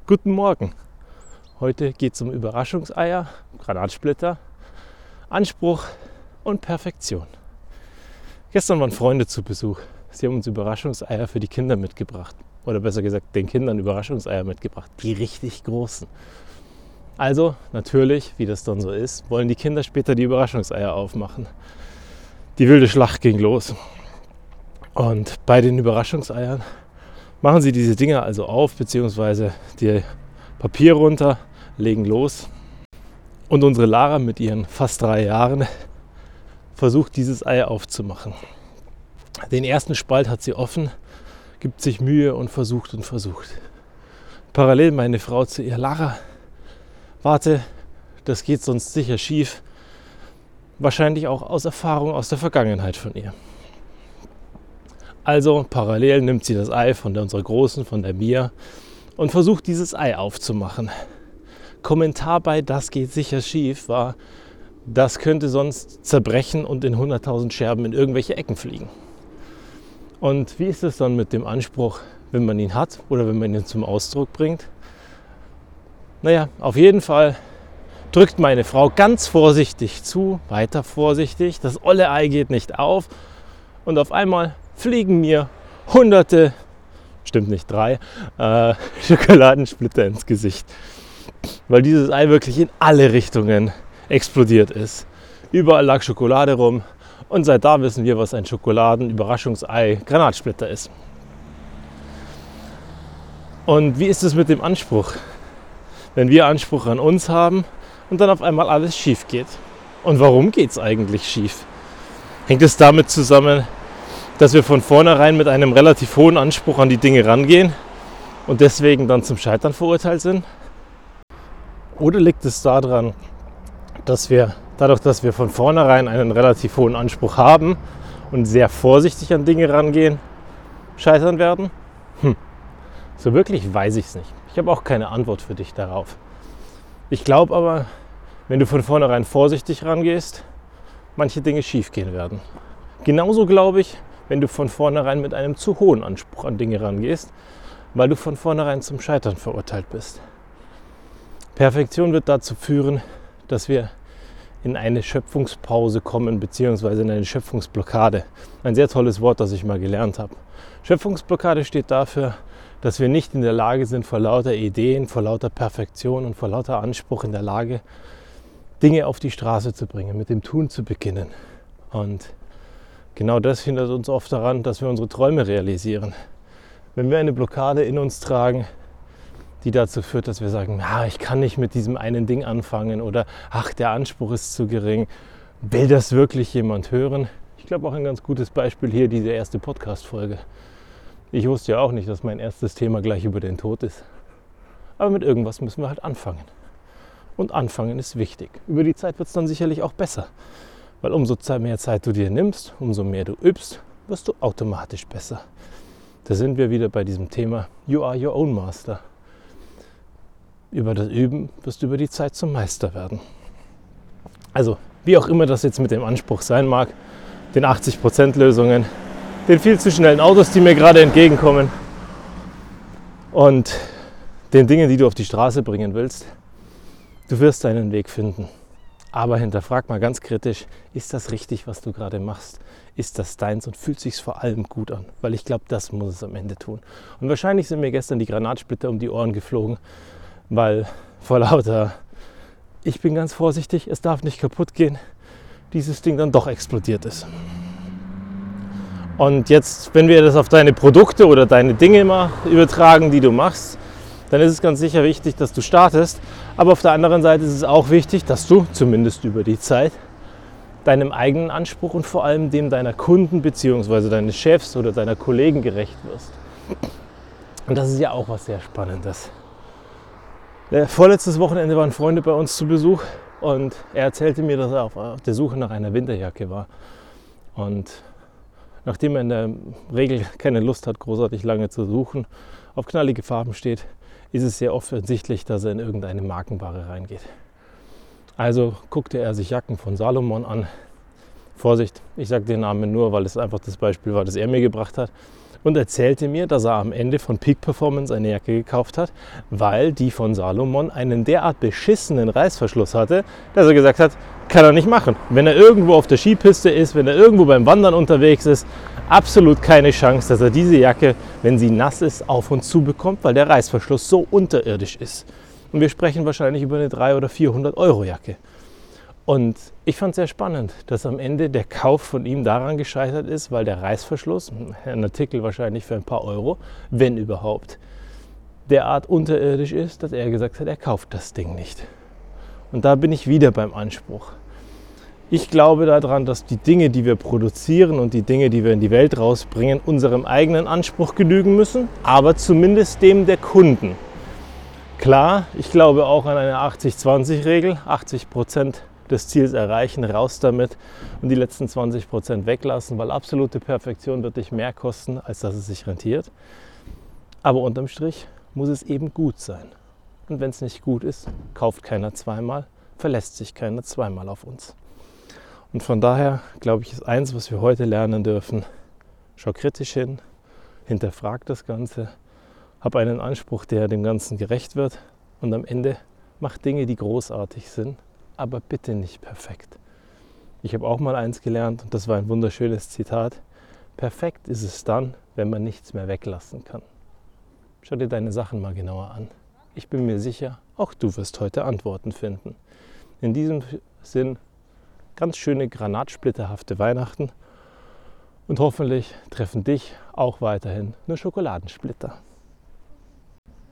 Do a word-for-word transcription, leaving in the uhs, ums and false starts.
Guten Morgen! Heute geht es um Überraschungseier, Granatsplitter, Anspruch und Perfektion. Gestern waren Freunde zu Besuch. Sie haben uns Überraschungseier für die Kinder mitgebracht. Oder besser gesagt, den Kindern Überraschungseier mitgebracht. Die richtig großen. Also, natürlich, wie das dann so ist, wollen die Kinder später die Überraschungseier aufmachen. Die wilde Schlacht ging los. Und bei den Überraschungseiern machen sie diese Dinger also auf, beziehungsweise die Papier runter, legen los. Und unsere Lara mit ihren fast drei Jahren versucht, dieses Ei aufzumachen. Den ersten Spalt hat sie offen, gibt sich Mühe und versucht und versucht. Parallel meine Frau zu ihr: Lara, warte, das geht sonst sicher schief. Wahrscheinlich auch aus Erfahrung aus der Vergangenheit von ihr. Also parallel nimmt sie das Ei von der, unserer Großen, von der Mia, und versucht, dieses Ei aufzumachen. Kommentar bei "Das geht sicher schief" war: Das könnte sonst zerbrechen und in hunderttausend Scherben in irgendwelche Ecken fliegen. Und wie ist es dann mit dem Anspruch, wenn man ihn hat oder wenn man ihn zum Ausdruck bringt? Naja, auf jeden Fall drückt meine Frau ganz vorsichtig zu, weiter vorsichtig. Das olle Ei geht nicht auf und auf einmal fliegen mir hunderte, stimmt nicht drei, äh, Schokoladensplitter ins Gesicht. Weil dieses Ei wirklich in alle Richtungen explodiert ist. Überall lag Schokolade rum und seit da wissen wir, was ein Schokoladen-Überraschungsei-Granatsplitter ist. Und wie ist es mit dem Anspruch? Wenn wir Anspruch an uns haben und dann auf einmal alles schief geht. Und warum geht es eigentlich schief? Hängt es damit zusammen, dass wir von vornherein mit einem relativ hohen Anspruch an die Dinge rangehen und deswegen dann zum Scheitern verurteilt sind? Oder liegt es daran, dass wir dadurch, dass wir von vornherein einen relativ hohen Anspruch haben und sehr vorsichtig an Dinge rangehen, scheitern werden? Hm. So wirklich weiß ich es nicht. Ich habe auch keine Antwort für dich darauf. Ich glaube aber, wenn du von vornherein vorsichtig rangehst, manche Dinge schief gehen werden. Genauso glaube ich, wenn du von vornherein mit einem zu hohen Anspruch an Dinge rangehst, weil du von vornherein zum Scheitern verurteilt bist. Perfektion wird dazu führen, dass wir in eine Schöpfungspause kommen, beziehungsweise in eine Schöpfungsblockade. Ein sehr tolles Wort, das ich mal gelernt habe. Schöpfungsblockade steht dafür, dass wir nicht in der Lage sind, vor lauter Ideen, vor lauter Perfektion und vor lauter Anspruch in der Lage, Dinge auf die Straße zu bringen, mit dem Tun zu beginnen. Und genau das hindert uns oft daran, dass wir unsere Träume realisieren. Wenn wir eine Blockade in uns tragen, die dazu führt, dass wir sagen, ja, ich kann nicht mit diesem einen Ding anfangen oder ach, der Anspruch ist zu gering. Will das wirklich jemand hören? Ich glaube auch ein ganz gutes Beispiel hier, diese erste Podcast-Folge. Ich wusste ja auch nicht, dass mein erstes Thema gleich über den Tod ist. Aber mit irgendwas müssen wir halt anfangen. Und anfangen ist wichtig. Über die Zeit wird es dann sicherlich auch besser. Weil umso mehr Zeit du dir nimmst, umso mehr du übst, wirst du automatisch besser. Da sind wir wieder bei diesem Thema You are your own master. Über das Üben wirst du über die Zeit zum Meister werden. Also, wie auch immer das jetzt mit dem Anspruch sein mag, den achtzig Prozent Lösungen, den viel zu schnellen Autos, die mir gerade entgegenkommen und den Dingen, die du auf die Straße bringen willst, du wirst deinen Weg finden. Aber hinterfrag mal ganz kritisch, ist das richtig, was du gerade machst? Ist das deins und fühlt sich vor allem gut an? Weil ich glaube, das muss es am Ende tun. Und wahrscheinlich sind mir gestern die Granatsplitter um die Ohren geflogen, weil vor lauter, ich bin ganz vorsichtig, es darf nicht kaputt gehen, dieses Ding dann doch explodiert ist. Und jetzt, wenn wir das auf deine Produkte oder deine Dinge mal übertragen, die du machst, dann ist es ganz sicher wichtig, dass du startest. Aber auf der anderen Seite ist es auch wichtig, dass du, zumindest über die Zeit, deinem eigenen Anspruch und vor allem dem deiner Kunden bzw. deines Chefs oder deiner Kollegen gerecht wirst. Und das ist ja auch was sehr Spannendes. Vorletztes Wochenende waren Freunde bei uns zu Besuch und er erzählte mir, dass er auf der Suche nach einer Winterjacke war. Und nachdem er in der Regel keine Lust hat, großartig lange zu suchen, auf knallige Farben steht, ist es sehr offensichtlich, dass er in irgendeine Markenware reingeht. Also guckte er sich Jacken von Salomon an. Vorsicht, ich sage den Namen nur, weil es einfach das Beispiel war, das er mir gebracht hat. und erzählte mir, dass er am Ende von Peak Performance eine Jacke gekauft hat, weil die von Salomon einen derart beschissenen Reißverschluss hatte, dass er gesagt hat, kann er nicht machen. Wenn er irgendwo auf der Skipiste ist, wenn er irgendwo beim Wandern unterwegs ist, absolut keine Chance, dass er diese Jacke, wenn sie nass ist, auf und zu bekommt, weil der Reißverschluss so unterirdisch ist. Und wir sprechen wahrscheinlich über eine dreihundert oder vierhundert Euro Jacke. Und ich fand es sehr spannend, dass am Ende der Kauf von ihm daran gescheitert ist, weil der Reißverschluss, ein Artikel wahrscheinlich für ein paar Euro, wenn überhaupt, derart unterirdisch ist, dass er gesagt hat, er kauft das Ding nicht. Und da bin ich wieder beim Anspruch. Ich glaube daran, dass die Dinge, die wir produzieren und die Dinge, die wir in die Welt rausbringen, unserem eigenen Anspruch genügen müssen, aber zumindest dem der Kunden. Klar, ich glaube auch an eine achtzig zwanzig Regel, achtzig Prozent des Ziels erreichen, raus damit und die letzten zwanzig Prozent weglassen, weil absolute Perfektion wird dich mehr kosten, als dass es sich rentiert. Aber unterm Strich muss es eben gut sein. Und wenn es nicht gut ist, kauft keiner zweimal, verlässt sich keiner zweimal auf uns. Und von daher glaube ich, ist eins, was wir heute lernen dürfen, schau kritisch hin, hinterfrag das Ganze, hab einen Anspruch, der dem Ganzen gerecht wird und am Ende mach Dinge, die großartig sind, aber bitte nicht perfekt. Ich habe auch mal eins gelernt und das war ein wunderschönes Zitat. Perfekt ist es dann, wenn man nichts mehr weglassen kann. Schau dir deine Sachen mal genauer an. Ich bin mir sicher, auch du wirst heute Antworten finden. In diesem Sinn, ganz schöne granatsplitterhafte Weihnachten und hoffentlich treffen dich auch weiterhin nur Schokoladensplitter.